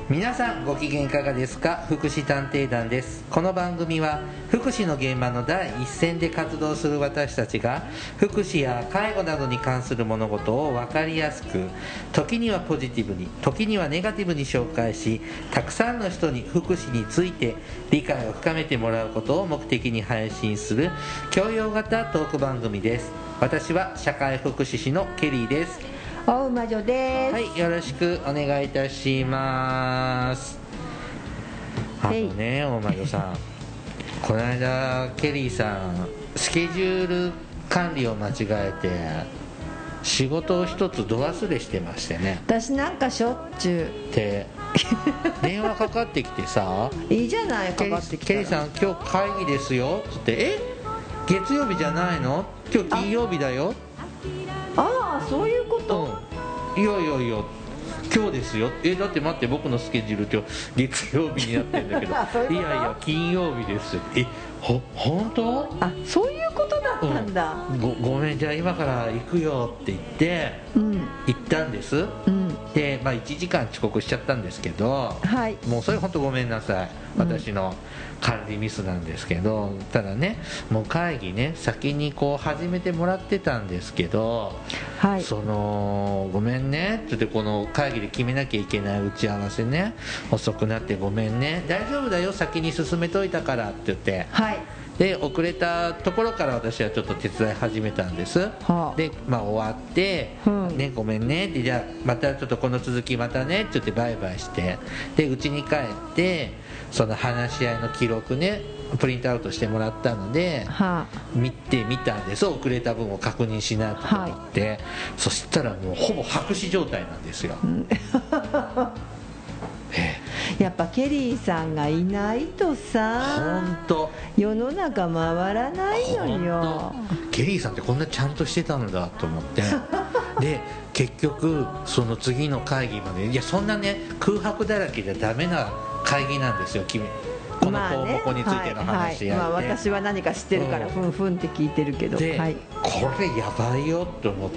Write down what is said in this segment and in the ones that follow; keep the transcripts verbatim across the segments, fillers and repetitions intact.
皆さんご機嫌いかがですか。福祉探偵団です。この番組は福祉の現場の第一線で活動する私たちが福祉や介護などに関する物事を分かりやすく、時にはポジティブに、時にはネガティブに紹介し、たくさんの人に福祉について理解を深めてもらうことを目的に配信する教養型トーク番組です。私は社会福祉士のケリーです。 大魔女です。 はい、よろしくお願いいたします。あのね、大魔女さん、この間ケリーさんスケジュール管理を間違えて仕事を一つど忘れしてましてね。 私なんかしょっちゅうで電話かかってきてさいいじゃない、かかってきたら。 ケリーさん今日会議ですよつって、え月曜日じゃないの、今日金曜日だよ。 ああ、そういうこと、 うん、いやいやいや今日ですよ。えだって待って、僕のスケジュール今日月曜日になってるんだけどういういやいや金曜日ですよ。えほ本当？ あ、そういうことだったんだ、 うん、ご, ごめんじゃあ今から行くよって言って、うん、行ったんです、うん、で、まあ、いちじかん遅刻しちゃったんですけど、はい、もうそれ本当ごめんなさい、私の管理ミスなんですけど、ただねもう会議ね先にこう始めてもらってたんですけど、はい、そのごめんねって言って、この会議で決めなきゃいけない打ち合わせね遅くなってごめんね、大丈夫だよ先に進めといたからって言って、はい、で遅れたところから私はちょっと手伝い始めたんです、はあ、で、まあ、終わって、うんね、ごめんねって、じゃあまたちょっとこの続きまたねって言ってバイバイして、で家に帰ってその話し合いの記録ねプリントアウトしてもらったので、はあ、見てみたんです。遅れた分を確認しないと思って、はい、そしたらもうほぼ白紙状態なんですよ、うんやっぱケリーさんがいないとさ、 本当世の中回らないのよ。 ケリーさんってこんなちゃんとしてたんだと思ってで結局その次の会議まで、いやそんなね空白だらけじゃダメな会議なんですよ君、この項目についての話やって、 まあね、はいはい、まあ、私は何か知ってるから、うん、ふんふんって聞いてるけど、 で、 はい、 これやばいよと思って、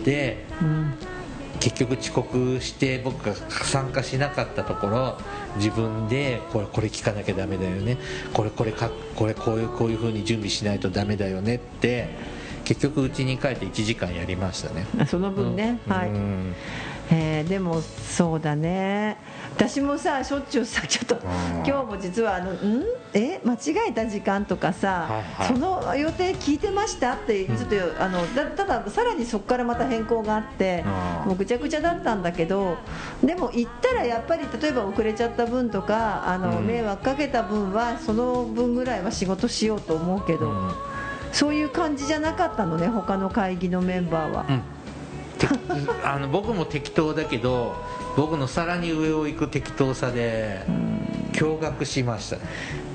うん、結局遅刻して僕が参加しなかったところ、自分でこれこれ聞かなきゃダメだよね、これこれかこれこういうこういう風に準備しないとダメだよねって、結局家に帰っていちじかんやりましたね。 その分ね、うん、はい、うん、えー、でもそうだね、私もさしょっちゅうさ、ちょっと今日も実はあのんえ間違えた時間とかさ、はいはい、その予定聞いてましたってちょっと、うん、あのだたださらにそこからまた変更があってもうぐちゃぐちゃだったんだけど、でも行ったらやっぱり例えば遅れちゃった分とかあの、うん、迷惑かけた分はその分ぐらいは仕事しようと思うけど、うん、そういう感じじゃなかったのね、他の会議のメンバーは、うん、 あの僕も適当だけど僕のさらに上を行く適当さで驚愕しました。 うん、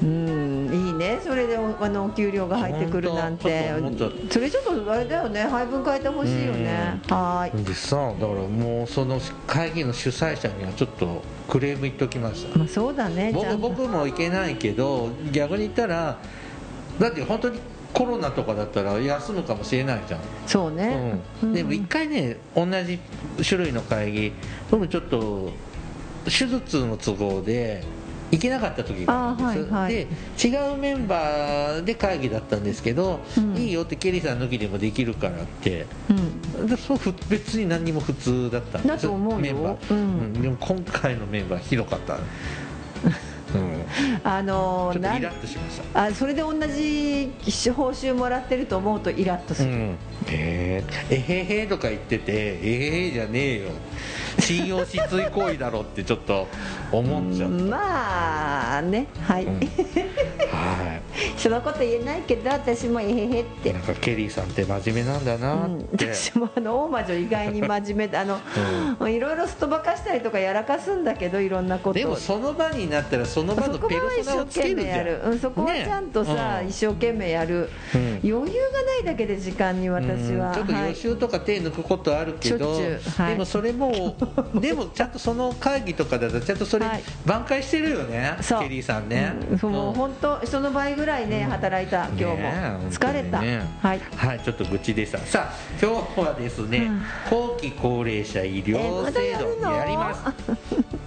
いいね、それで お, あのお給料が入ってくるなんて、それちょっとあれだよね、配分変えてほしいよね。はい。 でさ、だからもうその会議の主催者にはちょっとクレーム言っときました。 まあ、そうだね。 僕僕も行けないけど、逆に言ったらだって本当にコロナとかだったら休むかもしれないじゃん。 そうね、 うん、でも一回ね同じ種類の会議僕ちょっと手術の都合で行けなかった時があるんです、はいはい、で違うメンバーで会議だったんですけど、うん、いいよってケリーさん抜きでもできるからって、うん、でそう別に何にも普通だったんですだと思うよ、 メンバー、うんうん、でも今回のメンバーひどかったうん、 あのー、 ちょっとイラッとしました。 あ、それで同じ報酬もらってると思うとイラッとする、うん、 えー、えへへとか言っててえへへじゃねえよ、信用失墜行為だろってちょっと思っちゃったまあね、はい、うん、はい、そのこと言えないけど私もえへへって、 なんかケリーさんって真面目なんだなって、うん、 私もあの大魔女意外に真面目であの、うん、いろいろすっとばかしたりとかやらかすんだけど、いろんなことでもその場になったらその場のペルソナをつけるじゃん、 うん、そこはちゃんとさ、ね、一生懸命やる、うん、余裕がないだけで時間に私は、うん、 ちょっと予習とか手抜くことあるけど、はい、でもそれもでもちゃんとその会議とかだとちゃんとそれ挽回してるよね、はい、ケリーさんね、 うん、もう本当その倍ぐらいね働いた、うん、今日も、ね、疲れた、ね、はい、 はい、ちょっと愚痴でした。さあ今日はですね、うん、後期高齢者医療制度やります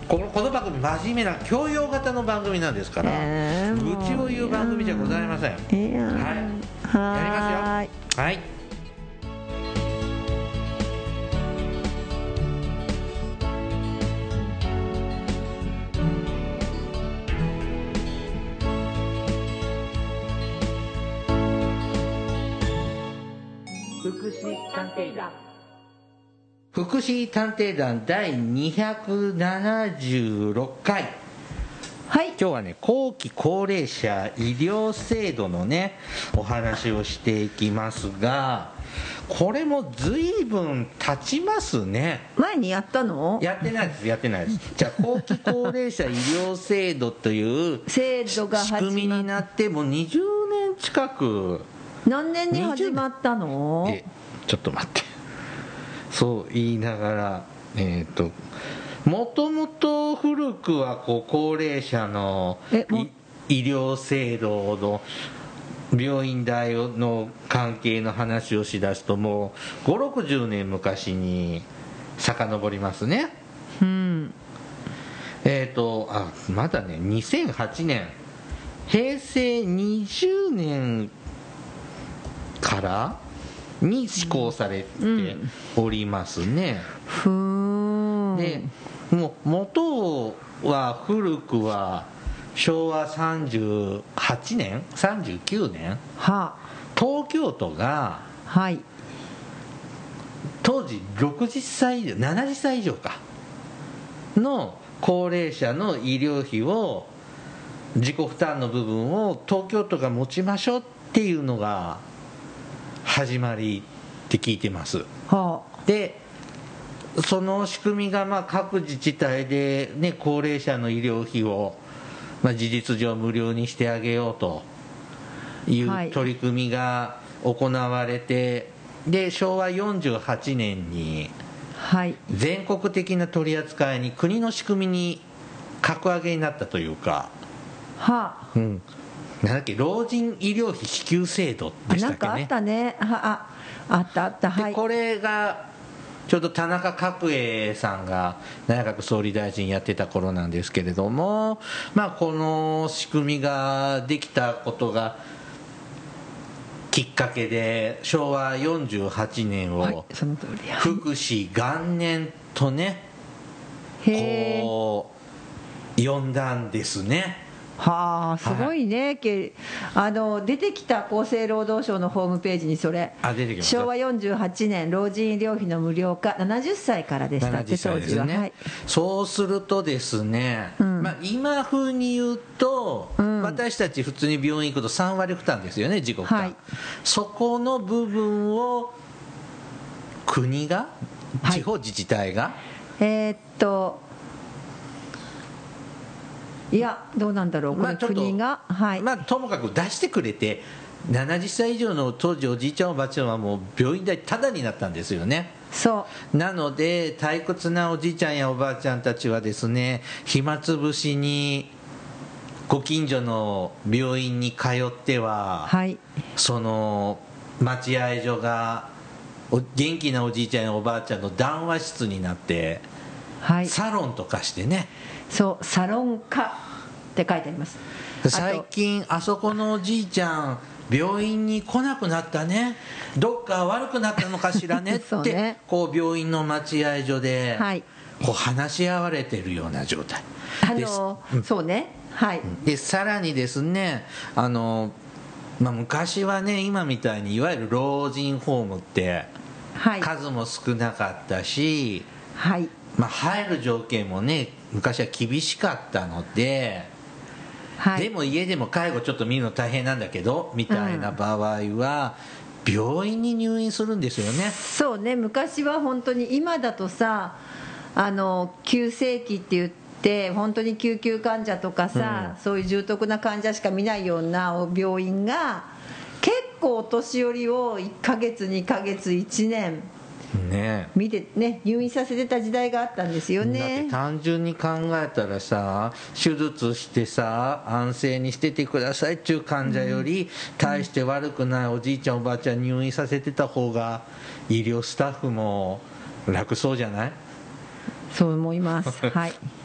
このこの番組真面目な教養型の番組なんですから、えー、愚痴を言う番組じゃございません。はい、やりますよ。はい。福祉探偵団福祉探偵団第にひゃくななじゅうろっかい、 はい、 今日はね後期高齢者医療制度のねお話をしていきますが、これも随分経ちますね。 前にやったの？ やってないですやってないですじゃあ後期高齢者医療制度という制度が仕組みになってもうにじゅうねん近く。 何年に始まったの？ えちょっと待って、そう言いながらえっともともと古くはこう高齢者の医療制度の病院代の関係の話をしだすともうごじゅうろくじゅうねん昔に遡りますね。 うんえっとあまだねにせんはちねんへいせいにじゅうねんからに施行されておりますね。 うん、 でもう元は古くはしょうわさんじゅうはちねんさんじゅうきゅうねん、 はあ、 東京都が、 はい、 当時ろくじゅっさい以上ななじゅっさい以上かの高齢者の医療費を自己負担の部分を東京都が持ちましょうっていうのが始まりって聞いてます、 はあ、 でその仕組みがまあ各自治体で、ね、高齢者の医療費をまあ事実上無料にしてあげようという取り組みが行われて、はい、でしょうわよんじゅうはちねんに全国的な取り扱いに国の仕組みに格上げになったというか、 はあ、 うん、なんだっけ老人医療費支給制度でしたっけね。 なんかあったね。あああったあった、はい、 でこれがちょうど田中角栄さんが内閣総理大臣やってた頃なんですけれども、まあ、この仕組みができたことがきっかけでしょうわよんじゅうはちねんを福祉元年とね、こう呼んだんですね。 はあ、すごいね、はい、あの出てきた厚生労働省のホームページにそれあ出てきました。 しょうわよんじゅうはちねん老人医療費の無料化ななじゅっさいからでしたって当時は、ね、はい、 そうするとですね、うん、まあ、今風に言うと、うん、私たち普通に病院行くとさんわり負担ですよね自己負担、はい、そこの部分を国が、はい、地方自治体がえー、っといやどうなんだろう、これ国が、 まあはい、まあ、ともかく出してくれてななじゅっさい以上の当時おじいちゃんおばあちゃんはもう病院代タダになったんですよね。 そうなので退屈なおじいちゃんやおばあちゃんたちはですね暇つぶしにご近所の病院に通っては、はい、その待合所が元気なおじいちゃんやおばあちゃんの談話室になって、はい、サロンとかしてね、 そうサロン化って書いてあります。 最近あそこのおじいちゃん病院に来なくなったね、どっか悪くなったのかしらねって、ね、こう病院の待合所で、はい、こう話し合われているような状態あの、うん、そうね、はい、 でさらにですねあの、まあ、昔はね今みたいにいわゆる老人ホームって数も少なかったし、はい、まあ、入る条件もね昔は厳しかったので、はい、でも家でも介護ちょっと見るの大変なんだけどみたいな場合は、うん、病院に入院するんですよね。 そうね、昔は本当に今だとさあの急性期って言って本当に救急患者とかさ、うん、そういう重篤な患者しか見ないような病院が結構お年寄りをいっかげつにかげついちねんね、見てね入院させてた時代があったんですよね。 だって単純に考えたらさ手術してさ安静にしててくださいっていう患者より、うん、大して悪くないおじいちゃんおばあちゃん入院させてた方が医療スタッフも楽そうじゃない？ そう思いますはい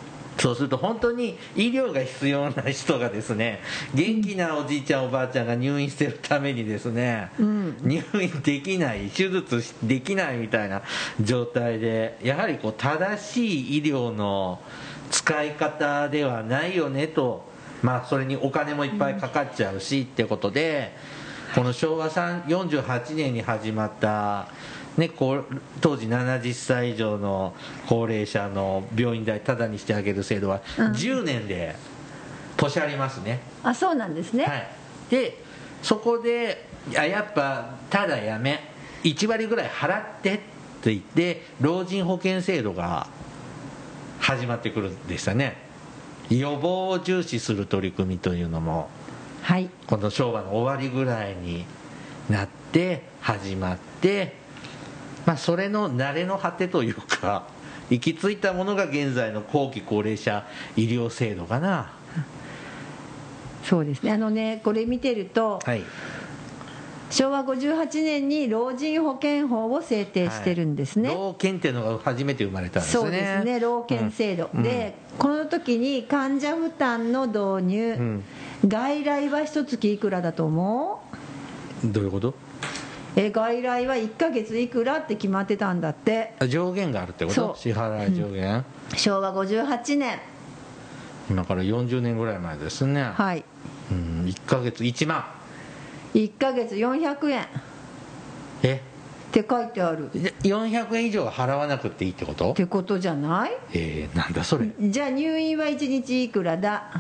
そうすると本当に医療が必要な人がですね、元気なおじいちゃんおばあちゃんが入院してるためにですね、うん、入院できない、手術できないみたいな状態で、やはりこう正しい医療の使い方ではないよねと、まあそれにお金もいっぱいかかっちゃうしってことで、このしょうわよんじゅうはちねんに始まったね、こう当時ななじゅっさい以上の高齢者の病院代タダにしてあげる制度はじゅうねんで年ありますね、 うん、あ、そうなんですね、 はい、でそこでややっぱただやめいちわりぐらい払ってって言って老人保険制度が始まってくるんでしたね。予防を重視する取り組みというのも、はい、この昭和の終わりぐらいになって始まって、まあ、それの慣れの果てというか行き着いたものが現在の後期高齢者医療制度かな。 そうですね、あのねこれ見てると、はい、しょうわごじゅうはちねんに老人保険法を制定してるんですね、 はい、老健っていうのが初めて生まれたんですね。 そうですね、老健制度、うん、でこの時に患者負担の導入、うん、外来は一月いくらだと思う？どういうこと？ え外来はいっかげついくらって決まってたんだって。 上限があるってこと？支払い上限、 うん、しょうわごじゅうはちねん、 今からよんじゅうねんぐらい前ですね。 はい、 うん、いっかげついちまん、いっかげつよんひゃくえんえって書いてある。 よんひゃくえん以上払わなくていいってこと？ ってことじゃない？ えー、なんだそれ。 じゃあ入院はいちにちいくらだ？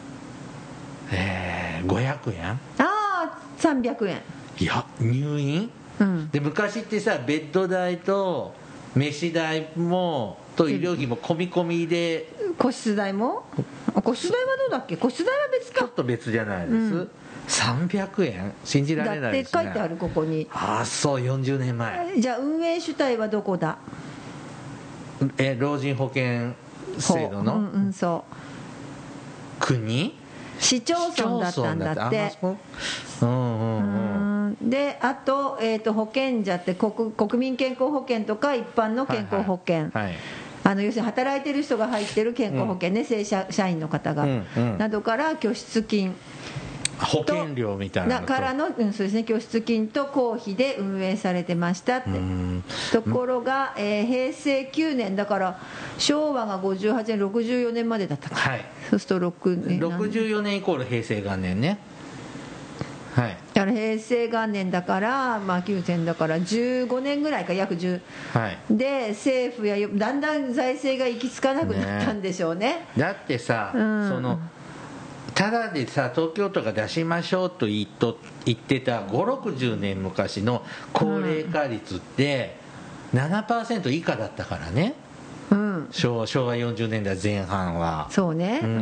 えー、ごひゃくえん？ ああ、さんびゃくえん。 いや入院、うん、で昔ってさベッド代と飯代もと医療費も込み込みで、 個室代も個室代はどうだっけ？個室代は別か。 ちょっと別じゃないです、うん、さんびゃくえん信じられないですね。 だって書いてあるここに。 ああそう、よんじゅうねんまえ。 じゃあ運営主体はどこだ？ え老人保険制度の、 うんうん、そう国？ 市町村だったんだって。 うんうんうんうん、であと、えー、と保険者って 国, 国民健康保険とか一般の健康保険、はいはいはい、あの要するに働いてる人が入ってる健康保険ね、うん、正社社員の方が、うんうん、などから拠出金保険料みたいなのからの、うん、そうですね、拠出金と公費で運営されてましたって。ところが、えー、へいせいきゅうねんだから昭和がごじゅうはちねんろくじゅうよねんまでだったか、はい、そうするとろくねんろくじゅうよねんイコール平成元年ね。はい、 だから平成元年だから、まあ、きゅうせんだからじゅうごねんぐらいか、約じゅう、はい、で政府やだんだん財政が行き着かなくなったんでしょう ね, ねだってさ、うん、そのただでさ東京都が出しましょうと言っと言ってたごじゅうろくじゅうねん昔の高齢化率ってななパーセント以下だったからね、うん、昭和、昭和よんじゅうねんだいぜん半は。 そうね、うんうん、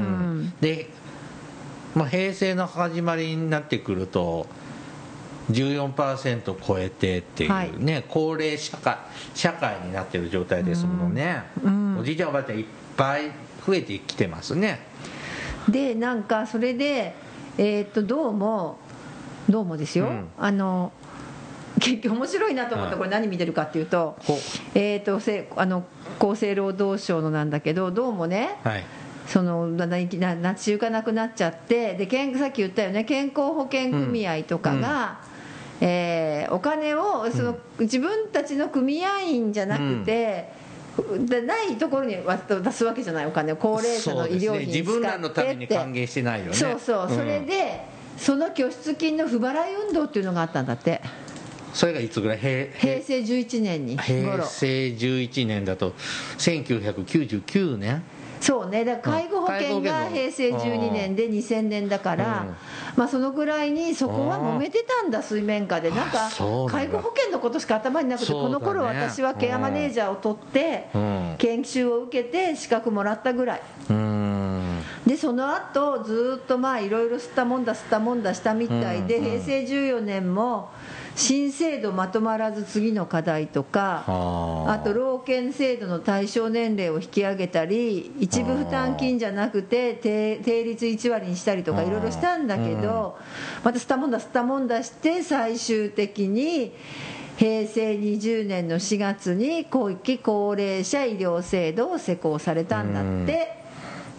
でまあ、平成の始まりになってくると じゅうよんパーセント 超えてっていうね、はい、高齢社会、社会になってる状態ですもんね、うんうん、おじいちゃんおばあちゃんいっぱい増えてきてますね。 でなんかそれで、えー、っとどうもどうもですよ、うん、あの結局面白いなと思った、これ何見てるかっていうと、えー、っとせあの厚生労働省のなんだけど、どうもね、はい、その夏中がなくなっちゃって、でさっき言ったよね、健康保険組合とかが、うんえー、お金をその、うん、自分たちの組合員じゃなくて、うん、でないところに出すわけじゃない、お金を高齢者の医療費に使ってって、 自分らのために還元してないよね。 そうそう、うん、それでその拠出金の不払い運動っていうのがあったんだって。 それがいつぐらい？平成じゅういちねんに平成じゅういちねんだとせんきゅうひゃくきゅうじゅうきゅうねん。 そうね、だから介護保険が平成じゅうにねんでにせんねんだから、うんまあ、そのぐらいにそこは揉めてたんだ、水面下で。なんか介護保険のことしか頭になくて、この頃私はケアマネージャーを取って研修を受けて資格もらったぐらいで、その後ずっとまあいろいろ吸ったもんだ吸ったもんだしたみたいで、平成じゅうよねんも新制度まとまらず次の課題とか、あと老健制度の対象年齢を引き上げたり、一部負担金じゃなくて定率いちわりにしたりとかいろいろしたんだけど、また吸ったもんだ吸ったもんだして最終的に平成にじゅうねんのしがつに後期高齢者医療制度を施行されたんだって。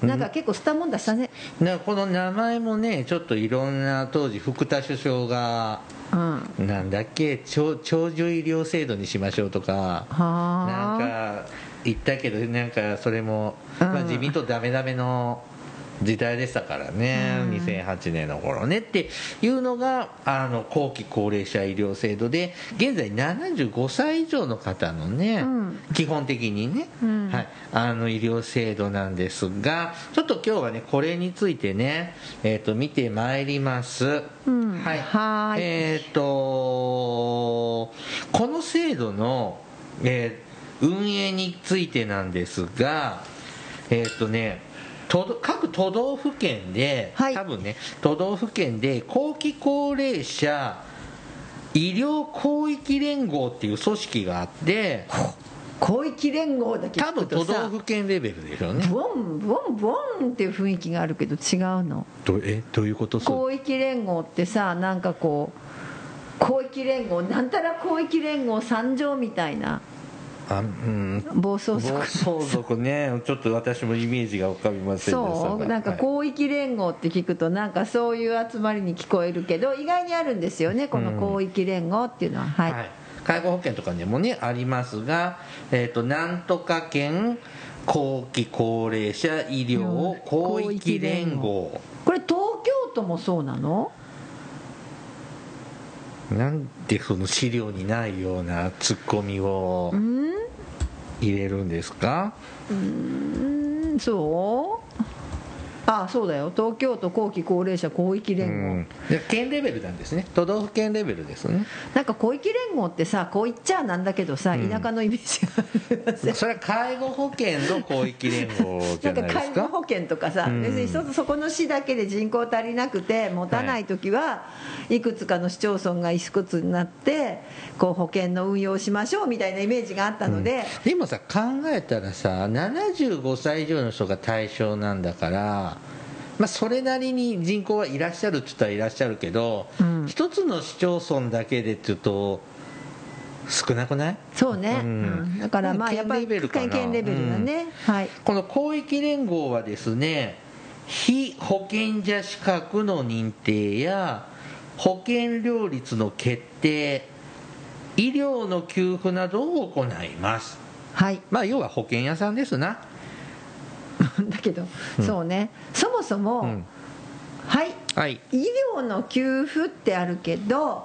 なんか結構スタもんだしたね。 だこの名前もねちょっといろんな当時福田首相が、うん、なんだっけ長長寿医療制度にしましょうとかなんか言ったけどなんかそれも、まあ、自民党ダメダメの時代でしたからね、うん、にせんはちねんの頃ねっていうのがあの後期高齢者医療制度で現在ななじゅうごさい以上の方のね、うん、基本的にね、うん、はい、あの医療制度なんですがちょっと今日はねこれについてね、えー、と見てまいります、うん、はい、はいえっ、ー、とこの制度の、えー、運営についてなんですがえっ、ー、とね各都道府県で、はい、多分ね都道府県で後期高齢者医療広域連合っていう組織があって広域連合だけ聞くとさ多分都道府県レベルでしょうねボンボンボンっていう雰囲気があるけど違うのどえどういうこと広域連合ってさなんかこう広域連合なんたら広域連合参上みたいなあ、うん、暴走族暴走族ねちょっと私もイメージが浮かびませんでしたそうなんか広域連合って聞くとなんかそういう集まりに聞こえるけど意外にあるんですよねこの広域連合っていうのは、うん、はい、はい、 介護保険とかにもねありますが、えーと、なんとか県後期高齢者医療広域連合、うん、 これ東京都もそうなの？ なんでその資料にないようなツッコミを入れるんですか？ うーんそうああそうだよ東京都後期高齢者広域連合、うん、 県レベルなんですね都道府県レベルですねなんか広域連合ってさこう言っちゃなんだけどさ、うん、田舎のイメージがあるそれは介護保険の広域連合じゃないですかなんか介護保険とかさ、うん、別に一つそこの市だけで人口足りなくて持たない時は、はい、いくつかの市町村がいくつになってこう保険の運用しましょうみたいなイメージがあったので、 うん、でもさ考えたらさななじゅうごさい以上の人が対象なんだからまあ、それなりに人口はいらっしゃるって言ったらいらっしゃるけど、うん、一つの市町村だけでっていうと少なくない？ そうね、うん、だからまあやっぱり県レベルだね、うんはい、 この広域連合はですね被保険者資格の認定や保険料率の決定医療の給付などを行います、はいまあ、要は保険屋さんですなだけど、うん、そうねそもそも、うん、はい、はい、医療の給付ってあるけど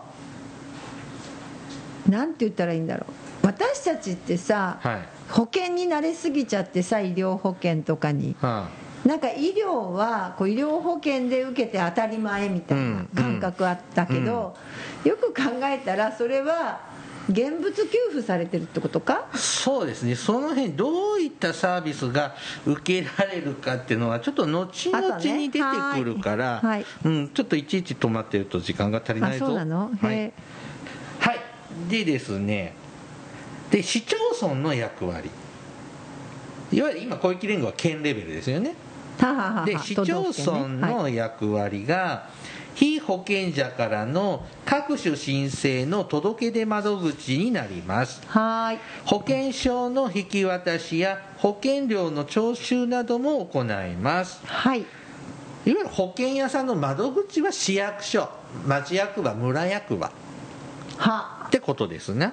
なんて言ったらいいんだろう私たちってさ、はい、保険に慣れすぎちゃってさ医療保険とかに、はあ、なんか医療はこう医療保険で受けて当たり前みたいな感覚あったけど、うんうん、よく考えたらそれは現物給付されてるってことか？ そうですねその辺どういったサービスが受けられるかっていうのはちょっと後々に出てくるから、ねはいうん、ちょっといちいち止まってると時間が足りないぞ。 あそうなの？ はい、はい、でですねで市町村の役割いわゆる今広域連合は県レベルですよね。 はははで市町村の役割が被保険者からの各種申請の届け出窓口になります。 はい保険証の引き渡しや保険料の徴収なども行います。 はいいわゆる保険屋さんの窓口は市役所町役場村役場はってことですね。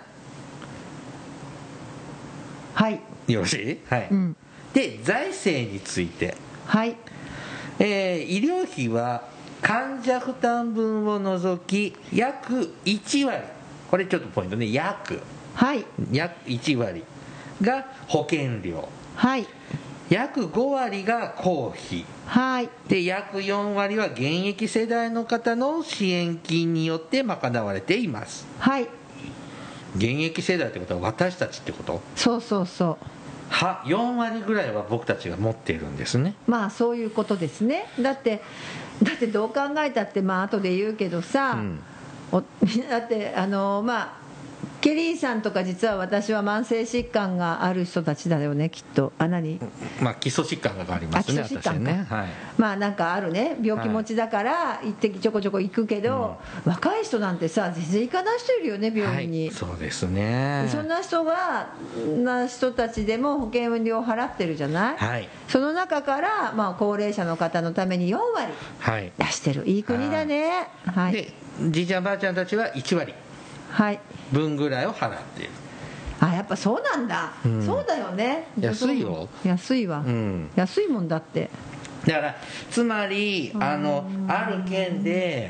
はいよろしい、はいうん、で財政についてはい、 えー、医療費は患者負担分を除き約いちわりこれちょっとポイントね約、 はい、 約いちわりが保険料、 はい、 約ごわりが公費、 はい、 で約よんわりは現役世代の方の支援金によって賄われています。 はい現役世代ってことは私たちってこと？ そうそうそうはよんわりぐらいは僕たちが持っているんですね。 まあそういうことですね。だってだってどう考えたってまあ後で言うけどさ、うん、おだってあのまあケリーさんとか実は私は慢性疾患がある人たちだよねきっと。あ、何、 まあ基礎疾患がありますね。 あ、基礎疾患か、 ね、はい、 まあなんかあるね、病気持ちだから行ってちょこちょこ行くけど、うん、若い人なんてさ全然行かない人いるよね病院に、 はい、そうですね。 そんな人がな人たちでも保険料を払ってるじゃない、はい、その中から、まあ、高齢者の方のためによんわり出してる、はい、いい国だね、はい、 でじいちゃんばあちゃんたちはいちわり分ぐらいを払っている、 はい、あ、やっぱそうなんだ、うん、そうだよね、 安いよ、 安いわ、うん、安いもんだって。 だからつまりあのある県で、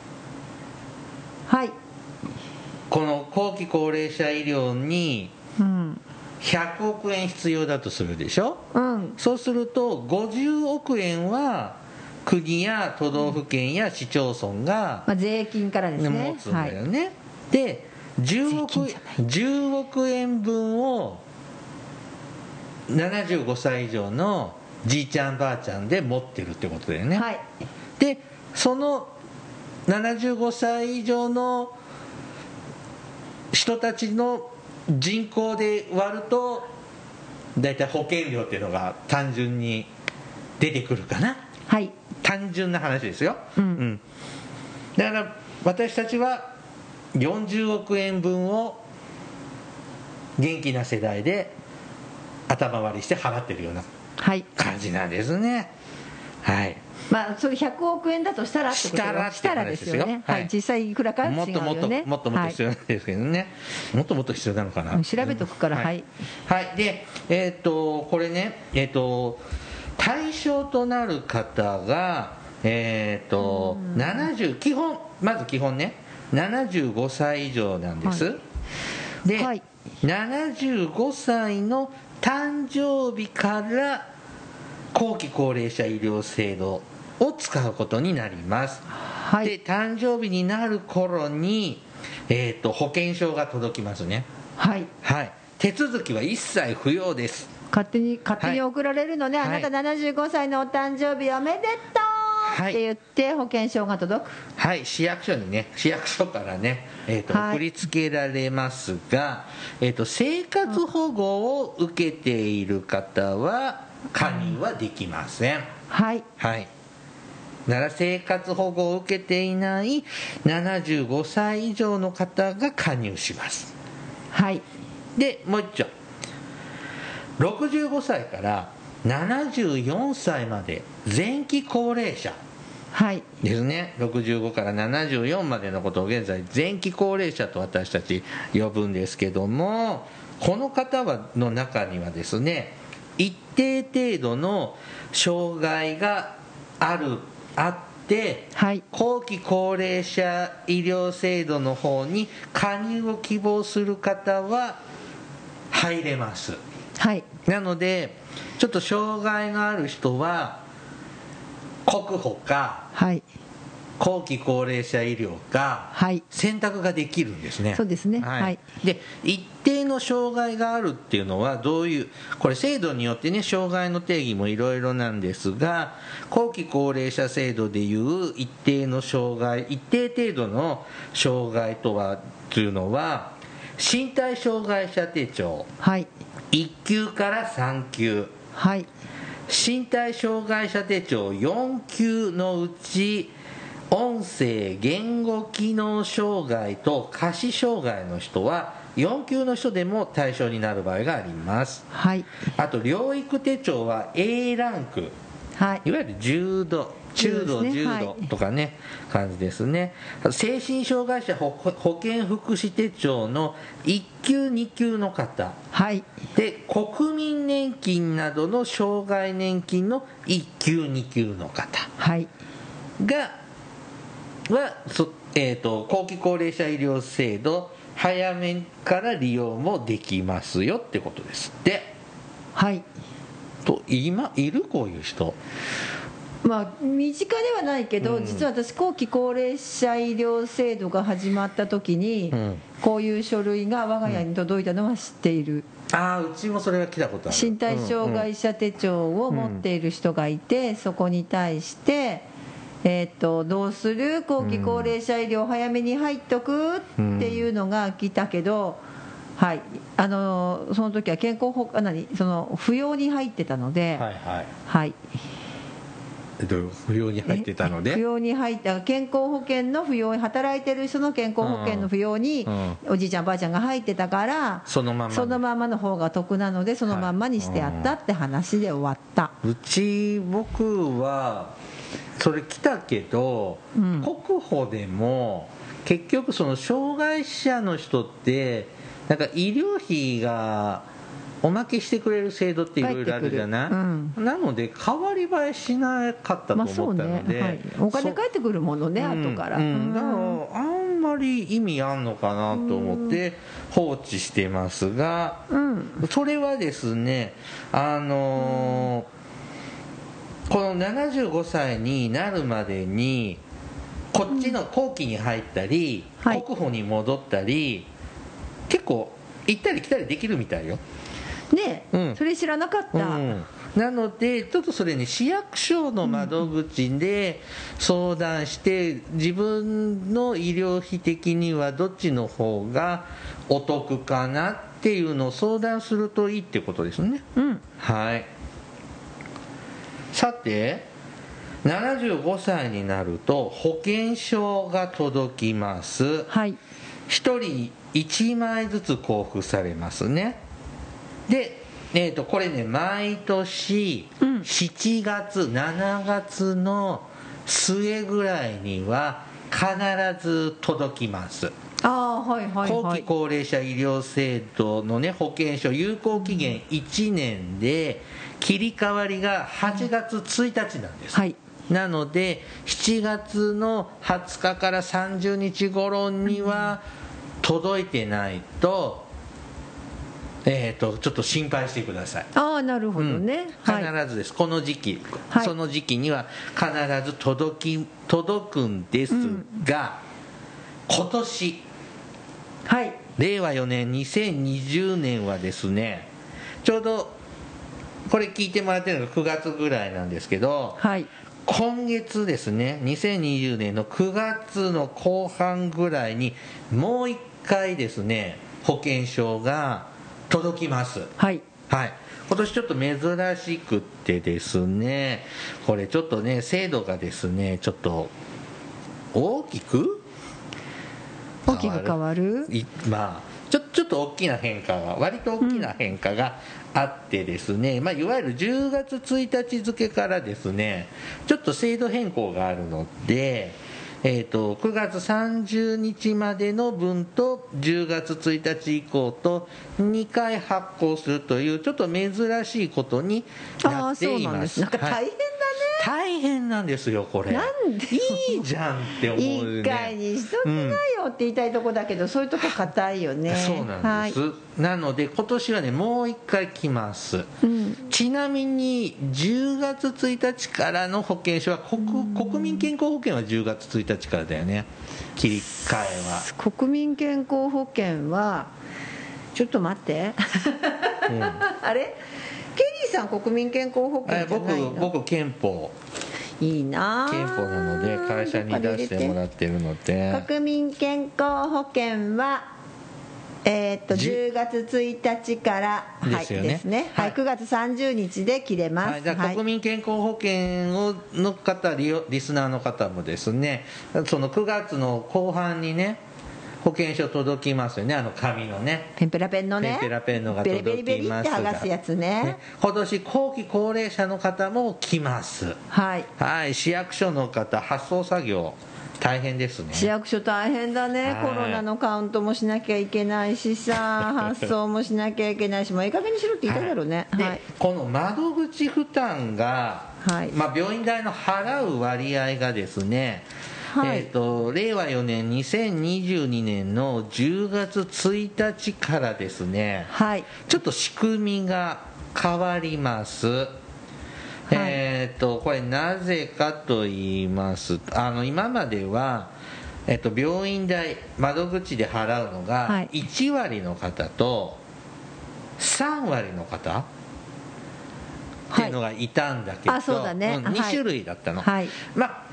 はい、 この後期高齢者医療にひゃくおくえん必要だとするでしょ、うん、そうするとごじゅうおくえんは国や都道府県や市町村が、 まあ、税金からですね、 持つんだよね、はい、でじゅうおく、じゅうおくえんぶんをななじゅうごさい以上のじいちゃんばあちゃんで持ってるってことだよね、はい、でそのななじゅうごさい以上の人たちの人口で割るとだいたい保険料っていうのが単純に出てくるかな、はい、単純な話ですよ、うんうん、だから私たちはよんじゅうおくえんぶんを元気な世代で頭割りして払ってるような感じなんですね、はい、 まあ、それひゃくおくえんだとしたらってことよ、したらですよね、はい、実際いくらか違うよね、 もっともっともっともっと必要なんですけどね、はい、もっともっと必要なのかな、 調べとくから、はい、 はい、で、えー、っとこれね、えー、っと対象となる方が、えー、っとななじゅう基本まず基本ねななじゅうごさい以上なんです、はい、で、はい、ななじゅうごさいの誕生日から後期高齢者医療制度を使うことになります、はい、で誕生日になる頃に、えー、と保険証が届きますね、はい、はい、手続きは一切不要です。 勝手に勝手に送られるのね、はい、あなたななじゅうごさいのお誕生日おめでとう、はい、って言って保険証が届く、 はい、市役所にね市役所からね、えーとはい、送りつけられますが、えーと生活保護を受けている方は加入はできません、はい、はい、なら生活保護を受けていないななじゅうごさい以上の方が加入します、はい、でもう一丁ろくじゅうごさいからななじゅうよんさいまで前期高齢者ですね、ろくじゅうごからななじゅうよんまでのことを現在前期高齢者と私たち呼ぶんですけども、この方はの中にはですね一定程度の障害があるあって、はい、後期高齢者医療制度の方に加入を希望する方は入れます、はい、なのでちょっと障害がある人は国保か、はい、後期高齢者医療か、はい、選択ができるんですね。 そうですね、はいはい、 で一定の障害があるっていうのはどういう、これ制度によってね障害の定義もいろいろなんですが、後期高齢者制度でいう一定の障害一定程度の障害とはというのは身体障害者手帳、はい、いっきゅうからさんきゅう、はい、身体障害者手帳よんきゅうのうち音声言語機能障害と下肢障害の人はよんきゅうの人でも対象になる場合があります、はい、あと療育手帳は A ランク、はい、いわゆる重度中度、重度とかね、はい、感じですね。精神障害者保健福祉手帳のいっきゅうにきゅうの方、はい、で国民年金などの障害年金のいっきゅうにきゅうの方がはそ、えーと、後期高齢者医療制度早めから利用もできますよってことですって。はいと今いるこういう人、 まあ身近ではないけど、うん、実は私後期高齢者医療制度が始まった時に、うん、こういう書類が我が家に届いたのは知っている、 うん、ああうちもそれは来たことある。 身体障害者手帳を持っている人がいて、うんうん、そこに対してえー、とどうする後期高齢者医療早めに入っとくっていうのが来たけど、うん、はい、あのその時は健康保あ何その扶養に入ってたので、はいはい、はい、 扶養に入ってたので扶養に入った健康保険の扶養に働いてる人の健康保険の扶養におじいちゃんばあちゃんが入ってたから、 そのままそのままの方が得なのでそのまんまにしてやったって話で終わった、はい、うち僕はそれ来たけど、うん、国保でも結局その障害者の人ってなんか医療費がおまけしてくれる制度っていろいろあるじゃない、うん、なので代わり映えしなかったと思ったので、 まあね、はい、お金返ってくるものね後から、うん、 だからあんまり意味あんのかなと思って放置してますが、うん、それはですねあのー、このななじゅうごさいになるまでにこっちの後期に入ったり、うん、国保に戻ったり、はい、結構行ったり来たりできるみたいよね、うん、それ知らなかった、うん、 なのでちょっとそれに市役所の窓口で相談して、うん、自分の医療費的にはどっちの方がお得かなっていうのを相談するといいってことですね、うん、はい。さてななじゅうごさいになると保険証が届きます、はい、ひとりいちまいずつ交付されますね。で、えー、とこれね毎年しちがつ、うん、しちがつの末ぐらいには必ず届きます。 あ、はいはいはい、 後期高齢者医療制度の、ね、保険証有効期限いちねんで切り替わりがはちがつついたちなんです、はい、なのでしちがつのはつかからさんじゅうにち頃には届いてないと、えー、とちょっと心配してください。 ああ、なるほどね、 うん、必ずです、はい、この時期、はい、その時期には必ず届き届くんですが、うん、今年、はい、れいわよねんにせんにじゅうねんはですねちょうどこれ聞いてもらってるのがくがつぐらいなんですけど、はい、今月ですねにせんにじゅうねんのくがつの後半ぐらいにもう一回ですね保険証が届きます。はい、はい、今年ちょっと珍しくってですねこれちょっとね制度がですねちょっと大きく大きく変わる、 まあちょ、ちょっと大きな変化が割と大きな変化があってですね、うん、まあ、いわゆるじゅうがつついたち付からですねちょっと制度変更があるので、えー、とくがつさんじゅうにちまでの分とじゅうがつついたち以降とにかい発行するというちょっと珍しいことになっています。 あ、そうなんです。なんか大変だね、 はい、大変なんですよこれ。 なんでいいじゃんって思うね。 いっかいにしときなよって言いたいとこだけど、うん、そういうとこ硬いよね。 そうなんです、はい、なので今年はねもう一回来ます、うん、ちなみにじゅうがつついたちからの保険証は 国, 国民健康保険はじゅうがつついたちからだよね切り替えは。 国民健康保険はちょっと待って、うん、あれケリーさん国民健康保険じゃないの？ 僕、僕憲法いいな憲法なので会社に出してもらってるので国民健康保険はえー、っとじゅうがつついたちからですよね、はいですねはい、くがつさんじゅうにちで切れます、はい、 じゃあ国民健康保険をの方リリスナーの方もですねそのくがつの後半にね保険証届きますよねあの紙のねペンペラペンのねペンペラペンのが届きますがベリベリベリって剥がすやつ ね, ね今年後期高齢者の方も来ますはい、はい、市役所の方発送作業大変ですね。 市役所大変だね、コロナのカウントもしなきゃいけないしさ発送もしなきゃいけないしもういい加減にしろって言いたいだろうね、 はいはい、 でこの窓口負担が、はいまあ、病院代の払う割合がですねはいえー、とれいわよねんにせんにじゅうにねんのじゅうがつついたちからですね、はい、ちょっと仕組みが変わります、はいえー、とこれなぜかと言いますとあの今までは、えー、と病院代窓口で払うのがいちわりの方とさんわりの方っていうのがいたんだけど、 はいあそうだね、 うん、にしゅるいだったの、 はいまあ、ちょっ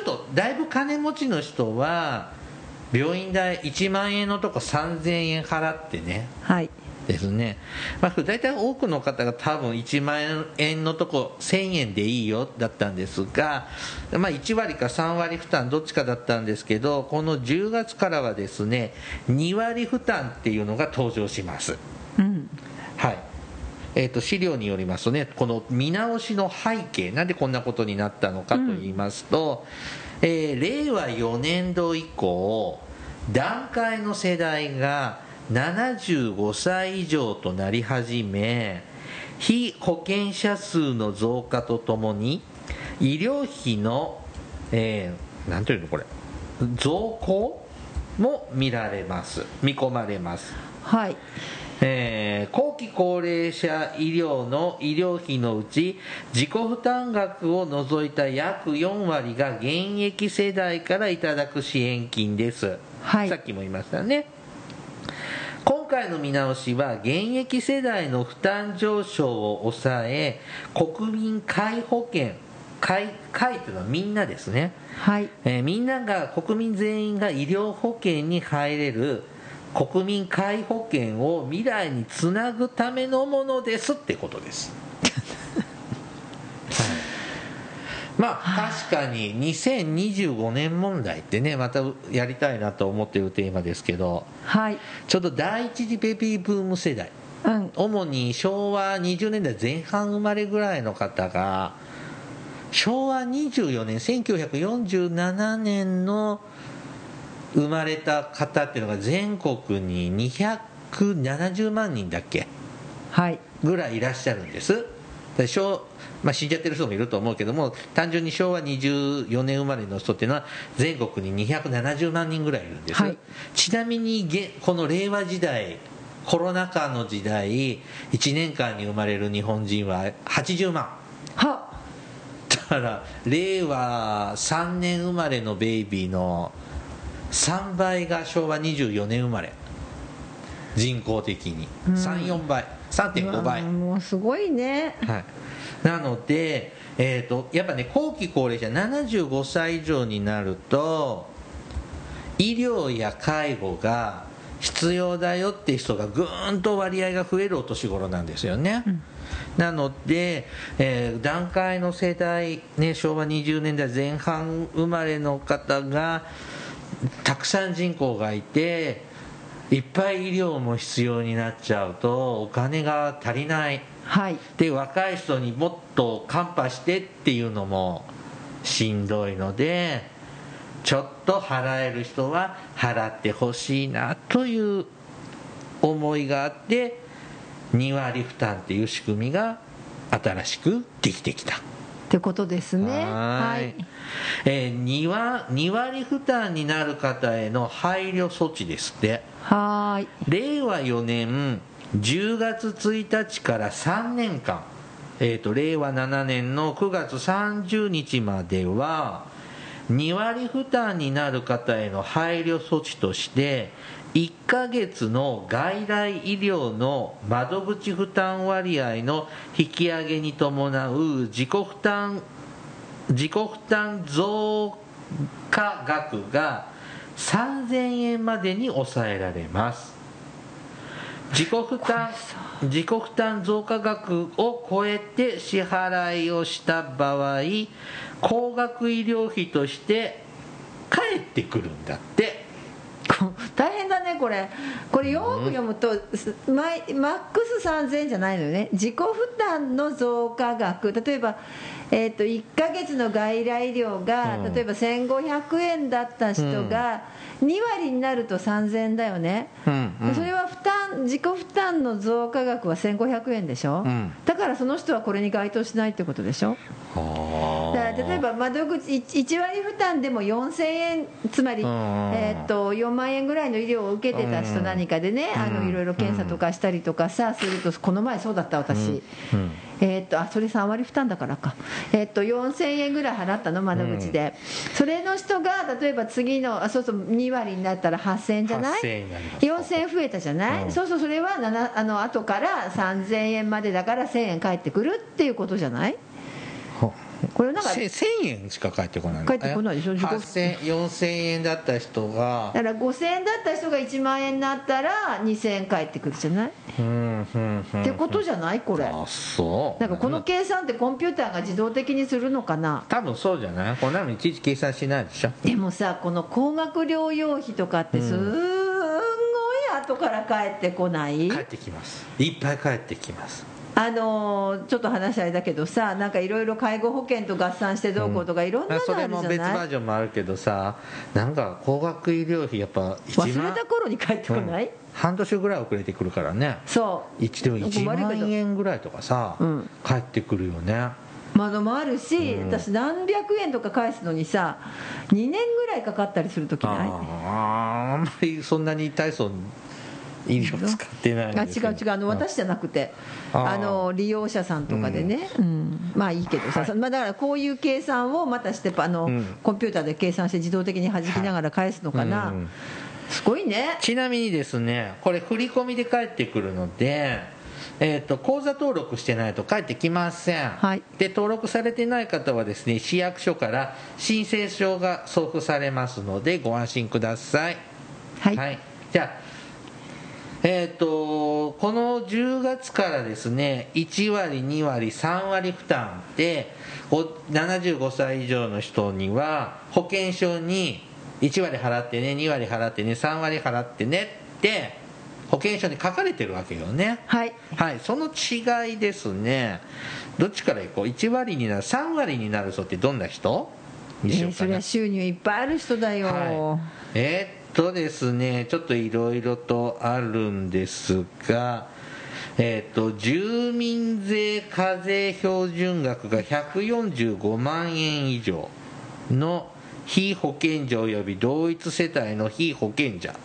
とだいぶ金持ちの人は病院代いちまんえんのとこさんぜんえん払ってね、 はいですね、まあ、大体多くの方が多分いちまんえんのとこせんえんでいいよだったんですが、まあ、いちわりかさんわり負担どっちかだったんですけど、このじゅうがつからはですねにわり負担っていうのが登場します、うん、はい。えー、と資料によりますとね、この見直しの背景、なんでこんなことになったのかと言いますと、うん、えー、れいわよねんど以降団塊の世代がななじゅうごさい以上となり始め、被保険者数の増加とともに医療費の、えー、なんていうのこれ増加も見られます見込まれます。 はい。 えー、後期高齢者医療の医療費のうち自己負担額を除いた約よんわりが現役世代からいただく支援金です、はい、さっきも言いましたね。今回の見直しは現役世代の負担上昇を抑え、国民皆保険皆、皆というのはみんなですね、はい、えー、みんなが国民全員が医療保険に入れる国民皆保険を未来につなぐためのものですってことですまあ確かににせんにじゅうごねん問題ってね、またやりたいなと思っているテーマですけど、はい、ちょうど第一次ベビーブーム世代、うん、主にしょうわにじゅうねんだいぜん半生まれぐらいの方がしょうわにじゅうよねんせんきゅうひゃくよんじゅうななねんの生まれた方っていうのが全国ににひゃくななじゅうまんにんだっけ、はい、ぐらいいらっしゃるんです。で小まあ、死んじゃってる人もいると思うけども、単純にしょうわにじゅうよねん生まれの人っていうのは全国ににひゃくななじゅうまんにんぐらいいるんです、はい、ちなみにこの令和時代コロナ禍の時代いちねんかんに生まれる日本人ははちじゅうまんはだかられいわさんねん生まれのベイビーのさんばいがしょうわにじゅうよねん生まれ、人口的に さん、よんばい さんてんごばい、 もうすごいね、 はい、なので、えーと、やっぱね後期高齢者ななじゅうごさい以上になると医療や介護が必要だよって人がぐーんと割合が増えるお年頃なんですよね、うん、なので、えー、団塊の世代、ね、しょうわにじゅうねんだいぜん半生まれの方がたくさん人口がいていっぱい医療も必要になっちゃうとお金が足りない、はい、で若い人にもっとカンパしてっていうのもしんどいので、ちょっと払える人は払ってほしいなという思いがあってにわり負担っていう仕組みが新しくできてきたってことですね。はい、 えー、にわり負担になる方への配慮措置ですって。はい。れいわよねんじゅうがつついたちからさんねんかん、えーと、れいわななねんのくがつさんじゅうにちまではにわり負担になる方への配慮措置としていっかげつの外来医療の窓口負担割合の引き上げに伴う自己負担自己負担増加額がさんぜんえんまでに抑えられます。自己負担自己負担増加額を超えて支払いをした場合、高額医療費として返ってくるんだって。 大変だねこれ。これよく読むと、うん、マイマックスさんぜんえんじゃないのよね。自己負担の増加額、例えば、えー、といっかげつの外来医療が、うん、例えばせんごひゃくえんだった人がにわりになるとさんぜんえんだよね、うんうん、それは負担自己負担の増加額はせんごひゃくえんでしょ、うん、だからその人はこれに該当しないってことでしょ。だから例えば窓口いちわり負担でもよんせんえん、つまり、えー、とよんまんえんぐらいの医療を受けてた人何かでね、あのいろいろ検査とかしたりとかさすると、この前そうだった私、うんうん、えー、とあそれさんわり負担だからか、えー、とよんせんえんぐらい払ったの窓口で、うん、それの人が例えば次のあそうそうにわりになったらはっせんえんじゃない、よんせんえん増えたじゃない、うん、そうそう、それはななあの後からさんぜんえんまでだからせんえん返ってくるっていうことじゃない。 これなんかせんえんしか返ってこないの。 返ってこないでしょ。 はっせんよんせんえんだった人がだからごせんえんだった人がいちまんえんになったらにせんえん返ってくるじゃない、 うんうんうんうん、 ってことじゃないこれ。 あ、そうなんかこの計算ってコンピューターが自動的にするのかな。 多分そうじゃない。こんなのいちいち計算しないでしょ。 でもさ、この高額療養費とかってすんごい後から返ってこない、 返ってきます。いっぱい返ってきます。 あのちょっと話あれだけどさ、なんかいろいろ介護保険と合算してどうこうとかいろんなのあるじゃない、 うん、それも別バージョンもあるけどさ、なんか高額医療費やっぱいちまん忘れた頃に返ってこない、うん、 半年ぐらい遅れてくるからね。 そうでもいちまんえんぐらいとかさ、うん、返ってくるよね。 まだもあるし、うん、私何百円とか返すのにさにねんぐらいかかったりする時ない。 ああんまりそんなに大層医療使ってないんですけど。 あ違う違う、あの私じゃなくて、ああの利用者さんとかでね、うんうん、まあいいけどさ、はい、まあ、だからこういう計算をまたしてあの、うん、コンピューターで計算して自動的に弾きながら返すのかな、はい、うん、すごいね。 ちなみにですね、これ振り込みで返ってくるので、えー、と口座登録してないと返ってきません、はい、で登録されてない方はですね、市役所から申請書が送付されますのでご安心ください。 はい、はい、 じゃあえー、とこのじゅうがつからですね、いちわりにわりさんわり負担でななじゅうごさい以上の人には保険証にいちわり払ってね、にわり払ってね、さんわり払ってねって保険証に書かれてるわけよね。 はい、 はい、その違いですね。どっちからいこう。いちわりになる、さんわりになる人ってどんな人にしようかな。 えー、それは収入いっぱいある人だよ、 はい、えー、っとですねちょっといろいろとあるんですが、えー、っと住民税課税標準額がひゃくよんじゅうごまんえん以上の被保険者及び同一世帯の被保険者。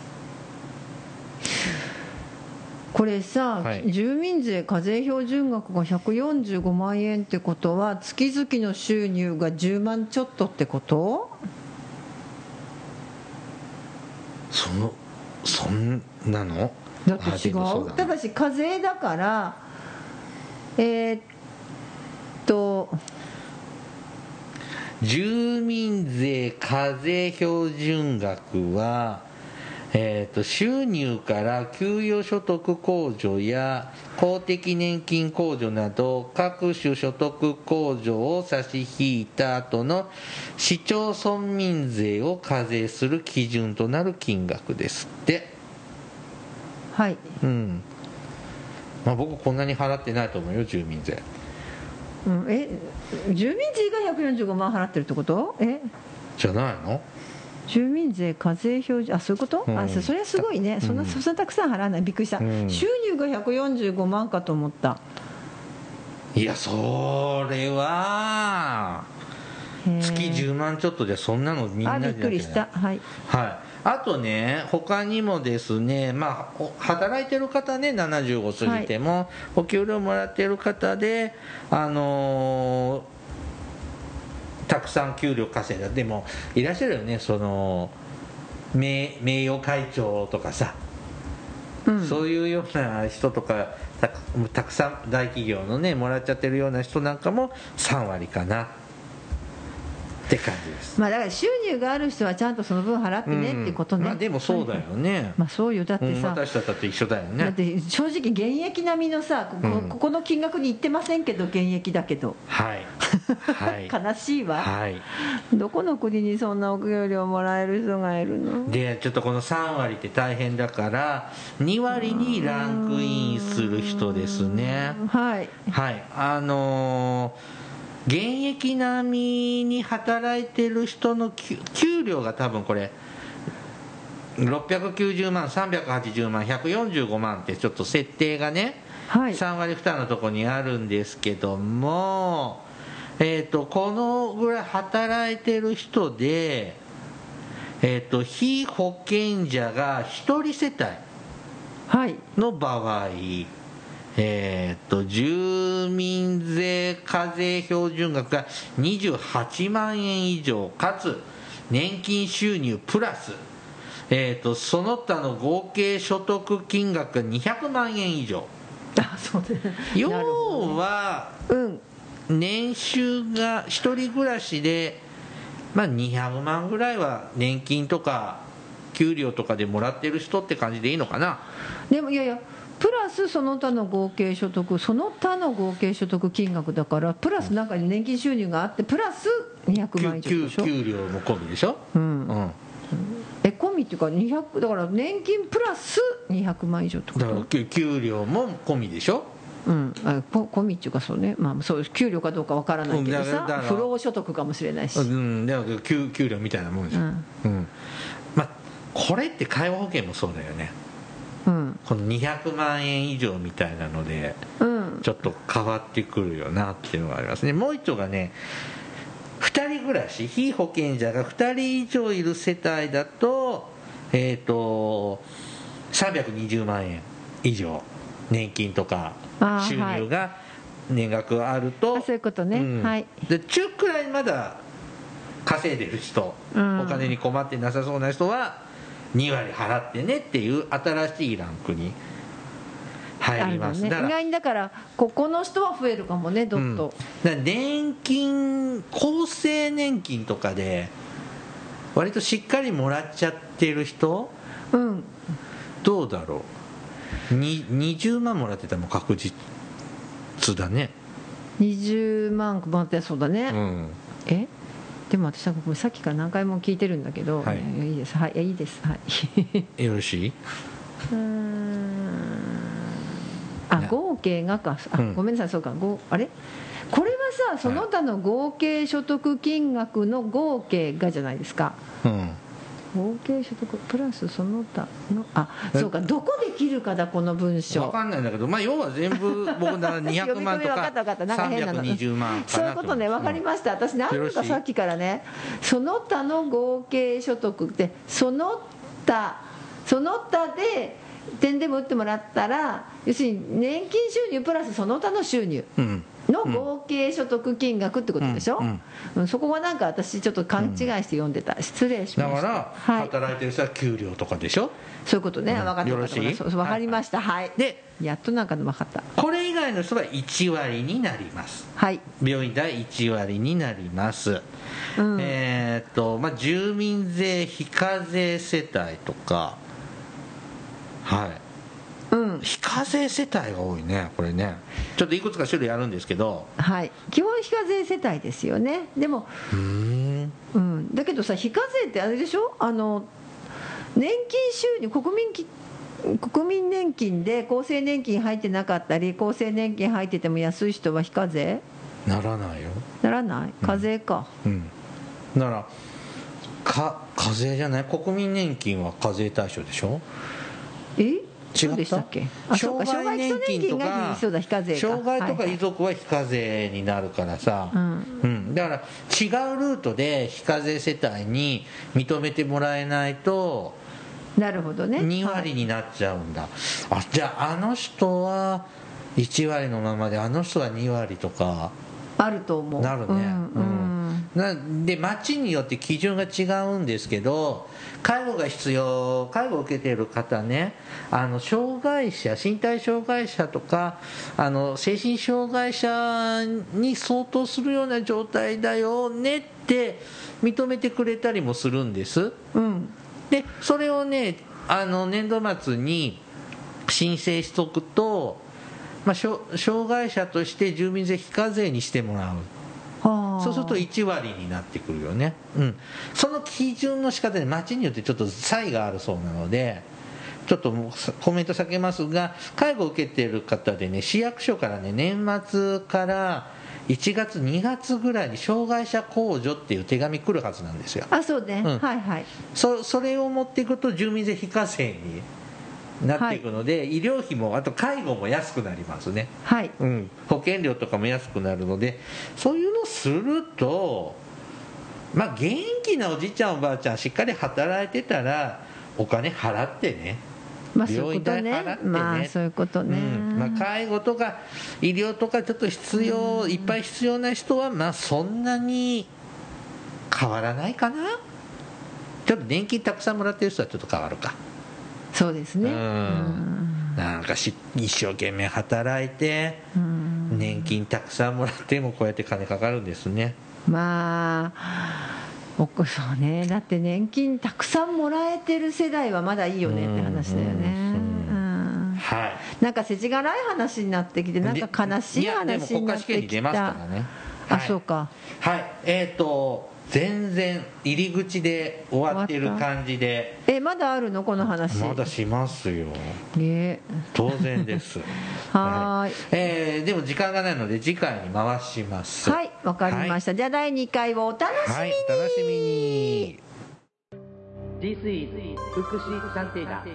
これさ、はい、住民税課税標準額がひゃくよんじゅうごまんえんってことは月々の収入がじゅうまんちょっとってこと？ そのそんなのだって違う。ただし課税だからえー、っと住民税課税標準額はえー、と収入から給与所得控除や公的年金控除など各種所得控除を差し引いた後の市町村民税を課税する基準となる金額ですって。 はい、 うん、まあ、僕こんなに払ってないと思うよ住民税、 うん、え住民税がひゃくよんじゅうごまん払ってるってこと？えじゃないの？ 住民税課税標準、あ、そういうこと、うん、あ、それはすごいね、そんな、そんなたくさん払わない、びっくりした、うん、収入がひゃくよんじゅうごまんかと思った。 いや、それは月じゅうまんちょっとでそんなのみんなで、 あ、びっくりした。はい、 はい、あとね、他にもですね、まあ、働いてる方ね、ななじゅうご過ぎても、はい、お給料もらってる方で、あのーたくさん給料稼いだでもいらっしゃるよね、その 名, 名誉会長とかさ、うん、そういうような人とか た, たくさん大企業のねもらっちゃってるような人なんかもさんわりかなって感じです。 まあだから収入がある人はちゃんとその分払ってね、うん、ってことね。 まあでもそうだよね。 まあそうよ。だってさ、 うん、私たちだって一緒だよね。 だって正直現役並みのさ、こ こ,、うん、ここの金額に行ってませんけど現役だけど。 はい。はい、 悲しいわ。 はい。 どこの国にそんなお給料もらえる人がいるの？ でちょっとこのさんわりって大変だからにわりにランクインする人ですね。 はいはいあのー現役並みに働いてる人の給料が多分これろっぴゃくきゅうじゅうまん、さんびゃくはちじゅうまん、ひゃくよんじゅうごまんってちょっと設定がね、はい、さんわり負担のところにあるんですけども、えーと、このぐらい働いてる人で、えーと、被保険者がひとり世帯の場合、はいえー、と住民税課税標準額がにじゅうはちまんえん以上かつ年金収入プラス、えー、とその他の合計所得金額がにひゃくまんえん以上。 あ、そうです。 要は、 うん、 年収が一人暮らしで、まあ、にひゃくまんぐらいは年金とか給料とかでもらってる人って感じでいいのかな。 でもいやいやプラスその他の合計所得、その他の合計所得金額だから、プラス中に年金収入があってプラスにひゃくまん以上でしょ。 給料も込みでしょ。うん、うん、 え込みっていうかにひゃくだから年金プラスにひゃくまん以上ってこと。だから給料も込みでしょ。 うん、あ込みっていうかそうね、まあ、そう給料かどうかわからないけどさ、うん、不労所得かもしれないし、 うん、だから給給料みたいなもんじゃん、うんうん、まあこれって介護保険もそうだよね、うん、このにひゃくまんえん以上みたいなので、うん、ちょっと変わってくるよなっていうのがありますね。もう一丁がね、ふたり暮らし、被保険者がふたり以上いる世帯だと、えーとさんびゃくにじゅうまんえん以上年金とか収入が年額あると、 はい、そういうことね、うん、はい、 で中くらいまだ稼いでる人、うん、お金に困ってなさそうな人はにわり払ってねっていう新しいランクに入ります、ね、 だから意外にだからここの人は増えるかもね、どっと、 うん、だから年金厚生年金とかで割としっかりもらっちゃってる人、うん、どうだろう、ににじゅうまんもらってたらもう確実だね。 にじゅうまんもらってそうだね、うん、えでも私はさっきから何回も聞いてるんだけど、はい、いいですはいいいですはいよろしい。うーんあ合計がかあ、うん、ごめんなさい、そうかごあれこれはさその他の合計所得金額の合計がじゃないですか、うん、合計所得プラスその他のあそうかどこで切るかだこの文章分かんないんだけど、まあ、要は全部僕ならにひゃくまんとかさんびゃくにじゅうまんかなと。 そういうことね、分かりました。私なんかさっきからねその他の合計所得ってその他その他で点でも打ってもらったら要するに年金収入プラスその他の収入、うんの合計所得金額ってことでしょ、うんうん、そこはなんか私ちょっと勘違いして読んでた、うん、失礼しました。 だから働いてる人は給料とかでしょ、はい、 そういうことね、うん、分かったよろしいそう分かりました、はい、はい、でやっとなんかの分かった。 これ以外の人はいちわりになります、はい、病院代いちわりになります、うん、えー、っとまあ住民税非課税世帯とかはいうん、非課税世帯が多いねこれね。ちょっといくつか種類あるんですけど、 はい、基本非課税世帯ですよね。でもうーん、うん、だけどさ非課税ってあれでしょ、あの年金収入国民き国民年金で厚生年金入ってなかったり厚生年金入ってても安い人は非課税ならないよ。 ならない課税か、 うん、うん、ならか課税じゃない、国民年金は課税対象でしょ。 え違ったっけ。 障害年金とか障害とか遺族は非課税になるからさ、はいはい、うん、だから違うルートで非課税世帯に認めてもらえないとなるほどねにわりになっちゃうんだ、はい、あじゃああの人はいちわりのままであの人はにわりとかあると思う。 なるね、うんうんうん、なで町によって基準が違うんですけど、介護が必要介護を受けている方ね、あの障害者身体障害者とかあの精神障害者に相当するような状態だよねって認めてくれたりもするんです、うん、でそれをねあの年度末に申請しとくと、まあ、障害者として住民税非課税にしてもらう。そうするといちわりになってくるよね、うん、その基準の仕方で町によってちょっと差異があるそうなのでちょっとコメント避けますが、介護を受けている方でね市役所からね年末からいちがつにがつぐらいに障害者控除っていう手紙来るはずなんですよ。 あそうね、うん、はいはい。 そ, それを持っていくと住民税非課税になっていくので、はい、医療費もあと介護も安くなりますね、はいうん、保険料とかも安くなるのでそういうのをするとまあ元気なおじいちゃんおばあちゃんしっかり働いてたらお金払ってね、 まあ、病院代払ってね、まあそういうことね、うんまあ、介護とか医療とかちょっと必要、うん、いっぱい必要な人はまあそんなに変わらないかな。ちょっと年金たくさんもらってる人はちょっと変わるか。 そうですね、うんなんかし一生懸命働いて、うん年金たくさんもらってもこうやって金かかるんですね。 まあそうね、だって年金たくさんもらえてる世代はまだいいよねって話だよね。 はい、 なんか世知辛い話になってきて、なんか悲しい話になってきた。いやでも国家試験に出ますからね。あ、はい、そうか。 はい、えっ、ー、と全然入り口で終わってる感じで。 え、まだあるのこの話。 まだしますよ、 ね、 当然ですはい、はい、 えー、でも時間がないので次回に回します。 はい、わかりました、はい、じゃあだいにかいをお楽しみに、はい、 お楽しみに。 This is 福祉探偵団。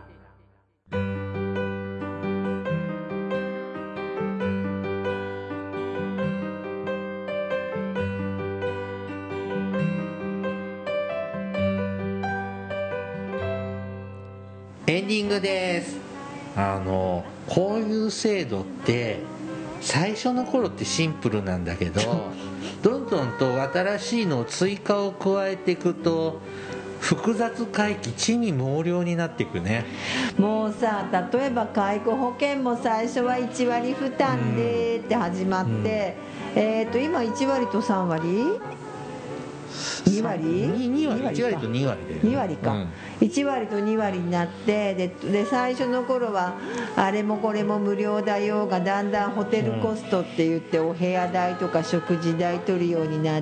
エンディングです。あのこういう制度って最初の頃ってシンプルなんだけどどんどんと新しいのを追加を加えていくと複雑回帰地味猛量になっていくね。 もうさ、例えば介護保険も最初はいちわり負担でって始まって、うんうん、えー、と今いちわりとさんわりにわり 2, 2割いちわりとにわりでにわりか、うん、いちわりとにわりになって、 で, で最初の頃はあれもこれも無料だよがだんだんホテルコストって言ってお部屋代とか食事代取るようになって、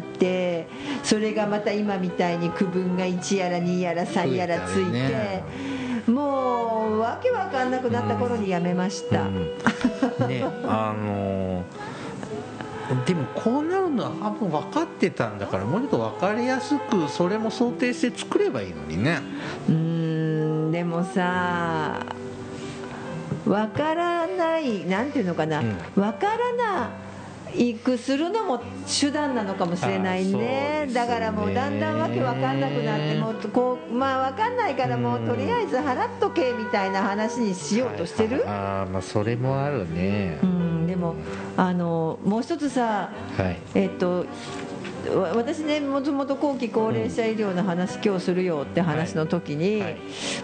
それがまた今みたいに区分がいちやらにやらさんやらついて、ね、もうわけわかんなくなった頃にやめました、うんうん、 ね、あのーでもこうなるのは半分分かってたんだから、もうちょっと分かりやすくそれも想定して作ればいいのにね。 うーん、でもさ、分からない、なんていうのかな、うん、分からないくするのも手段なのかもしれない ね, ねだからもうだんだんわけ分かんなくなって、もうこう、まあ、分かんないからもうとりあえず払っとけみたいな話にしようとしてる、はいはい、 あ、まあそれもあるね、 うん、でもあのもう一つさ、はい、えっと私ね、もともと後期高齢者医療の話、うん、今日するよって話の時に、はいはい、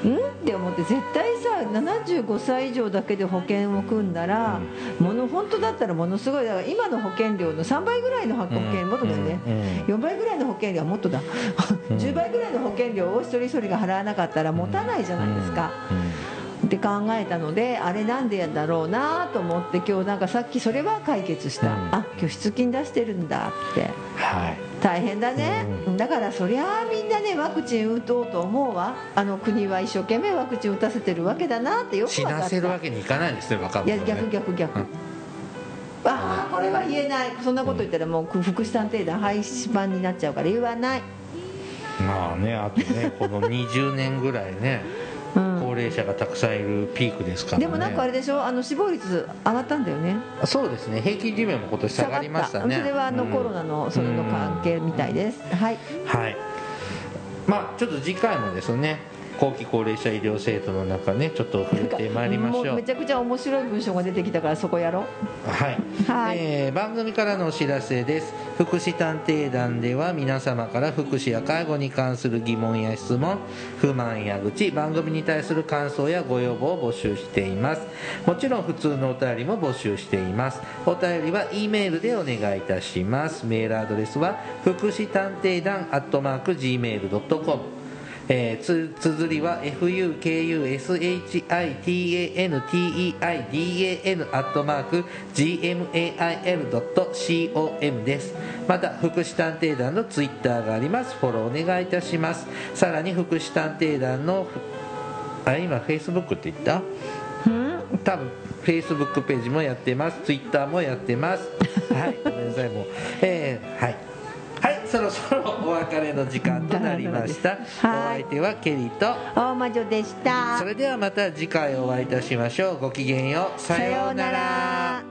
んって思って、絶対さななじゅうごさい以上だけで保険を組んだら、うん、もの本当だったらものすごい、だから今の保険料のさんばいぐらいの保険、うん、もっとだよね、うん、よんばいぐらいの保険料はもっとだじゅうばいぐらいの保険料を一人一人が払わなかったら持たないじゃないですか、うんうんって考えたので、あれなんでやだろうなと思って、今日なんかさっきそれは解決した、うん、あ、拠出金出してるんだって、はい、大変だね、うん、だからそりゃあみんなねワクチン打とうと思うわ、あの国は一生懸命ワクチン打たせてるわけだなってよく分かった。 死なせるわけにいかないんですね、若者ね。 いや逆逆逆、うん、ああこれは言えない、そんなこと言ったらもう福祉探偵団廃止版になっちゃうから言わない。 まあね、あとねこのにじゅうねんぐらいねうん、高齢者がたくさんいるピークですからね。 でもなんかあれでしょ、あの死亡率上がったんだよね。 そうですね、平均寿命も今年下がりましたね。 それはあのコロナのそれの関係みたいです、うん、はい、 はい、まあちょっと次回もですね、後期高齢者医療制度の中ねちょっと触れてまいりましょう。 もうめちゃくちゃ面白い文章が出てきたからそこやろう。 はい、はい、えー、番組からのお知らせです。福祉探偵団では皆様から福祉や介護に関する疑問や質問、不満や愚痴、番組に対する感想やご要望を募集しています。もちろん普通のお便りも募集しています。お便りは E メールでお願いいたします。メールアドレスは福祉探偵団アットマーク ジーメールドットコム、えー、つ綴りは エフユーケーユーエスエイチアイティーエーエヌティーイーアイディーエーエヌ アットマーク ジーエムエーアイエルドットコム です。また福祉探偵団のツイッターがあります。フォローお願いいたします。さらに福祉探偵団のあ今フェイスブックって言った多分フェイスブックページもやってます。ツイッターもやってますはいごめんなさいもう、えー、はいはい、そろそろお別れの時間となりました。お相手はケリーと大魔女でした。 それではまた次回お会いいたしましょう。ごきげんよう。さようなら。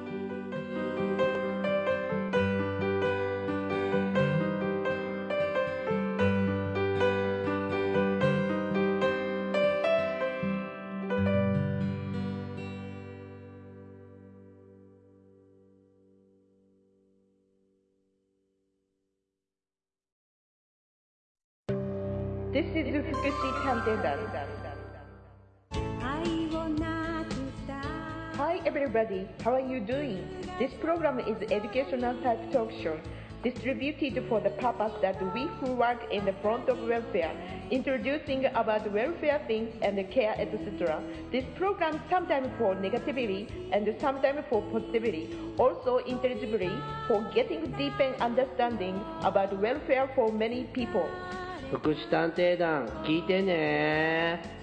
This is 福祉探偵団。Hi everybody, how are you doing? This program is educational type talk show distributed for the purpose that we who work in the front of welfare, introducing about welfare things and care, et cetera. This program sometimes for negativity and sometimes for positivity, also intelligibly for getting deep and understanding about welfare for many people. 福祉探偵団聞いてね。